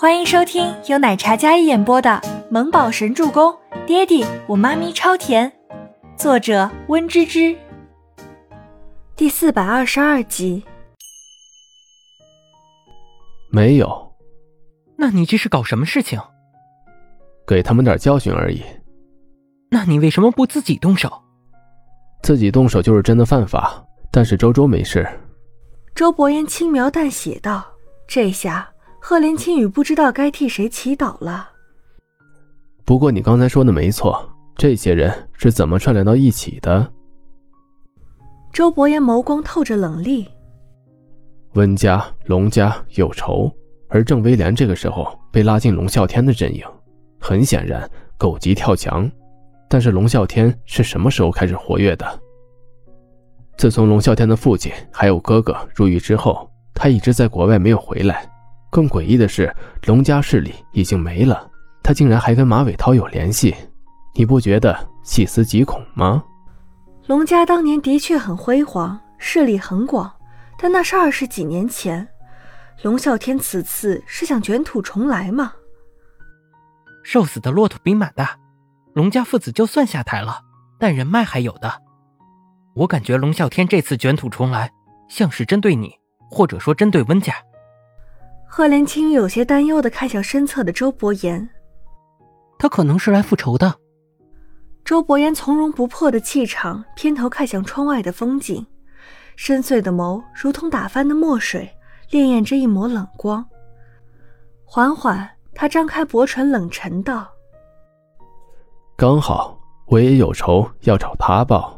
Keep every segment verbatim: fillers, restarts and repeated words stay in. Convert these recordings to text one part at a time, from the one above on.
欢迎收听由奶茶嘉一演播的《萌宝神助攻》，爹地我妈咪超甜，作者温芝芝。第四百二十二集。 没有。 那你这是搞什么事情？ 给他们点教训而已。 那你为什么不自己动手？ 自己动手就是真的犯法，但是周周没事。 周伯言轻描淡写道，这下赫连青雨不知道该替谁祈祷了。 不过你刚才说的没错，这些人是怎么串联到一起的？ 周伯言眸光透着冷厉。 温家、龙家有仇，而郑威廉这个时候被拉进龙啸天的阵营，很显然狗急跳墙。但是龙啸天是什么时候开始活跃的？自从龙啸天的父亲还有哥哥入狱之后，他一直在国外没有回来。更诡异的是，龙家势力已经没了，他竟然还跟马伟涛有联系，你不觉得细思极恐吗？ 龙家当年的确很辉煌，势力很广，但那是二十几年前。龙啸天此次是想卷土重来吗？ 瘦死的骆驼比马大，龙家父子就算下台了，但人脉还有的。我感觉龙啸天这次卷土重来，像是针对你，或者说针对温家。 赫连青有些担忧地看向身侧的周伯言。 他可能是来复仇的。 周伯言从容不迫的气场偏头看向窗外的风景，深邃的眸如同打翻的墨水，潋滟着一抹冷光。缓缓他张开薄唇冷沉道， 刚好我也有仇要找他报。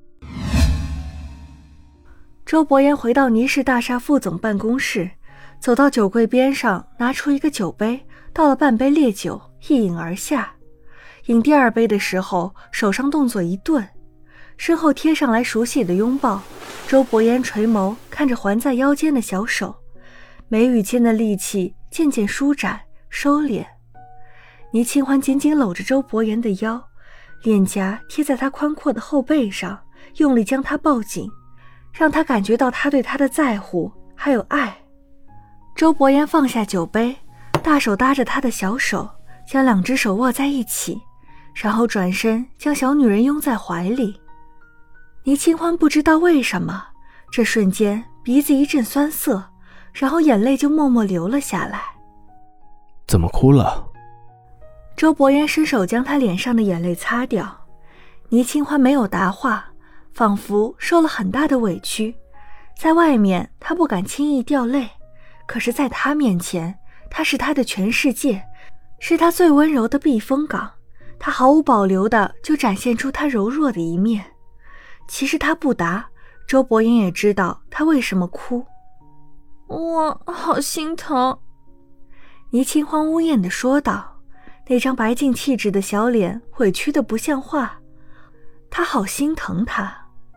周伯言回到倪氏大厦副总办公室，走到酒柜边上，拿出一个酒杯，倒了半杯烈酒，一饮而下。饮第二杯的时候，手上动作一顿，身后贴上来熟悉的拥抱。周伯言垂眸看着环在腰间的小手，眉宇间的戾气渐渐舒展收敛。倪清欢紧紧搂着周伯言的腰，脸颊贴在他宽阔的后背上，用力将他抱紧，让他感觉到他对他的在乎还有爱。周伯言放下酒杯，大手搭着他的小手，将两只手握在一起，然后转身将小女人拥在怀里。倪清欢不知道为什么，这瞬间鼻子一阵酸涩，然后眼泪就默默流了下来。 怎么哭了？ 周伯言伸手将他脸上的眼泪擦掉。倪清欢没有答话，仿佛受了很大的委屈。在外面他不敢轻易掉泪，可是在他面前，他是他的全世界，是他最温柔的避风港。他毫无保留地就展现出他柔弱的一面。其实他不答，周伯言也知道他为什么哭。 我好心疼。 倪清欢呜咽地说道，那张白净气质的小脸委屈得不像话。他好心疼他。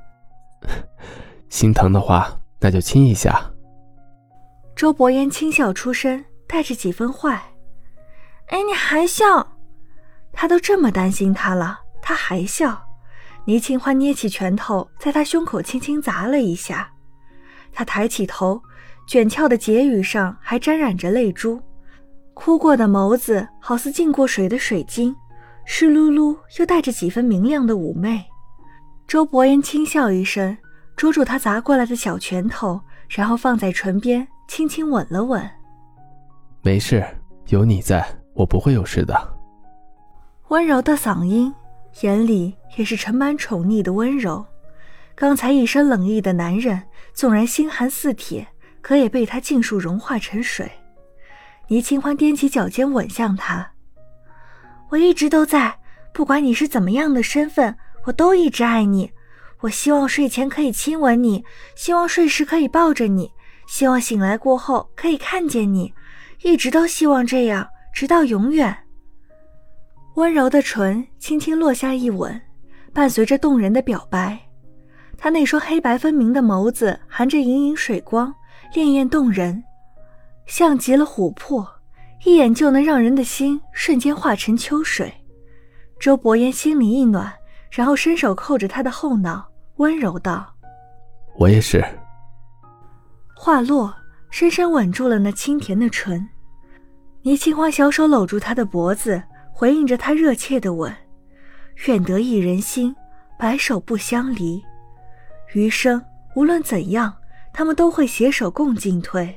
心疼的话，那就亲一下。 周伯言轻笑出声，带着几分坏。 哎，你还笑？ 他都这么担心他了，他还笑。倪清欢捏起拳头，在他胸口轻轻砸了一下。他抬起头，卷翘的睫羽上还沾染着泪珠，哭过的眸子好似浸过水的水晶，湿漉漉又带着几分明亮的妩媚。周伯言轻笑一声，捉住他砸过来的小拳头，然后放在唇边轻轻吻了吻。 没事，有你在，我不会有事的。 温柔的嗓音，眼里也是盛满宠溺的温柔。刚才一身冷意的男人，纵然心寒似铁，可也被他尽数融化成水。倪清欢踮起脚尖吻向他。我一直都在，不管你是怎么样的身份，我都一直爱你。我希望睡前可以亲吻你，希望睡时可以抱着你，希望醒来过后可以看见你，一直都希望这样，直到永远。温柔的唇轻轻落下一吻，伴随着动人的表白。他那双黑白分明的眸子含着隐隐水光，潋滟动人，像极了琥珀，一眼就能让人的心瞬间化成秋水。周伯言心里一暖，然后伸手扣着他的后脑，温柔道， 我也是。 话落，深深吻住了那清甜的唇。 倪清欢小手搂住他的脖子，回应着他热切的吻。愿得一人心，白首不相离。余生无论怎样，他们都会携手共进退。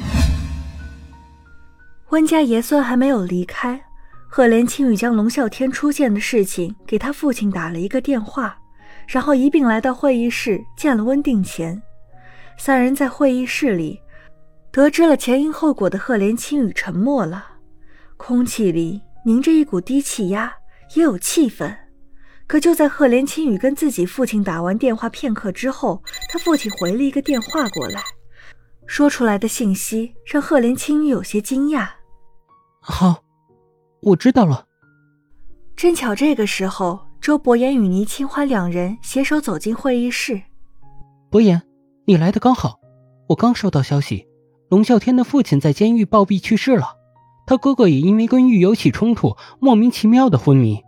温家爷孙还没有离开，赫连青羽将龙啸天出现的事情给他父亲打了一个电话，然后一并来到会议室见了温定前。三人在会议室里得知了前因后果的赫连青羽沉默了，空气里凝着一股低气压，也有气氛。可就在赫连青羽跟自己父亲打完电话片刻之后，他父亲回了一个电话过来，说出来的信息让赫连青羽有些惊讶。 好，我知道了。 正巧这个时候，周伯言与倪清欢两人携手走进会议室。 伯言，你来的刚好，我刚收到消息，龙啸天的父亲在监狱暴毙去世了，他哥哥也因为跟狱友起冲突，莫名其妙的昏迷。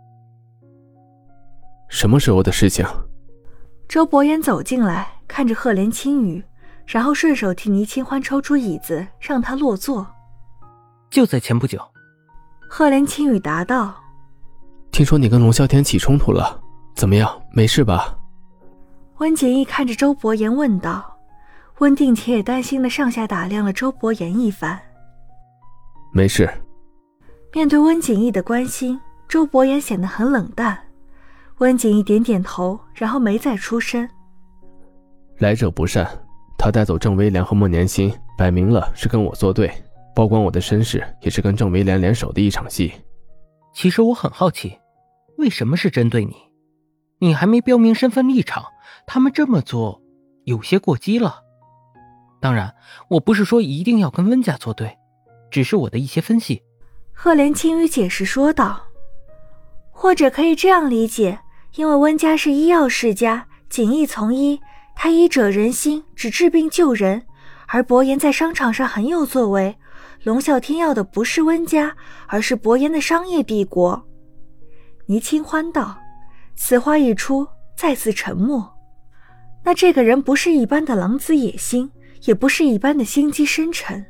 什么时候的事情？ 周伯言走进来，看着赫连青羽，然后顺手替倪清欢抽出椅子，让他落座。 就在前不久。 赫连青羽答道。 听说你跟龙啸天起冲突了，怎么样，没事吧？ 温景逸看着周伯言问道。温定前也担心的上下打量了周伯言一番。 没事。 面对温景逸的关心，周伯言显得很冷淡。温景逸点点头，然后没再出声。 来者不善，他带走郑威廉和莫年心，摆明了是跟我作对，曝光我的身世也是跟郑威廉联手的一场戏。 其实我很好奇，为什么是针对你？你还没标明身份立场，他们这么做有些过激了。当然，我不是说一定要跟温家作对，只是我的一些分析。 赫连青羽解释说道。或者可以这样理解，因为温家是医药世家，锦衣从医，他医者仁心，只治病救人，而伯言在商场上很有作为，龙啸天要的不是温家，而是伯言的商业帝国。倪清欢道。此话一出，再次沉默。那这个人不是一般的狼子野心，也不是一般的心机深沉。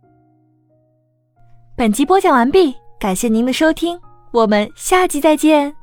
本集播讲完毕，感谢您的收听，我们下集再见。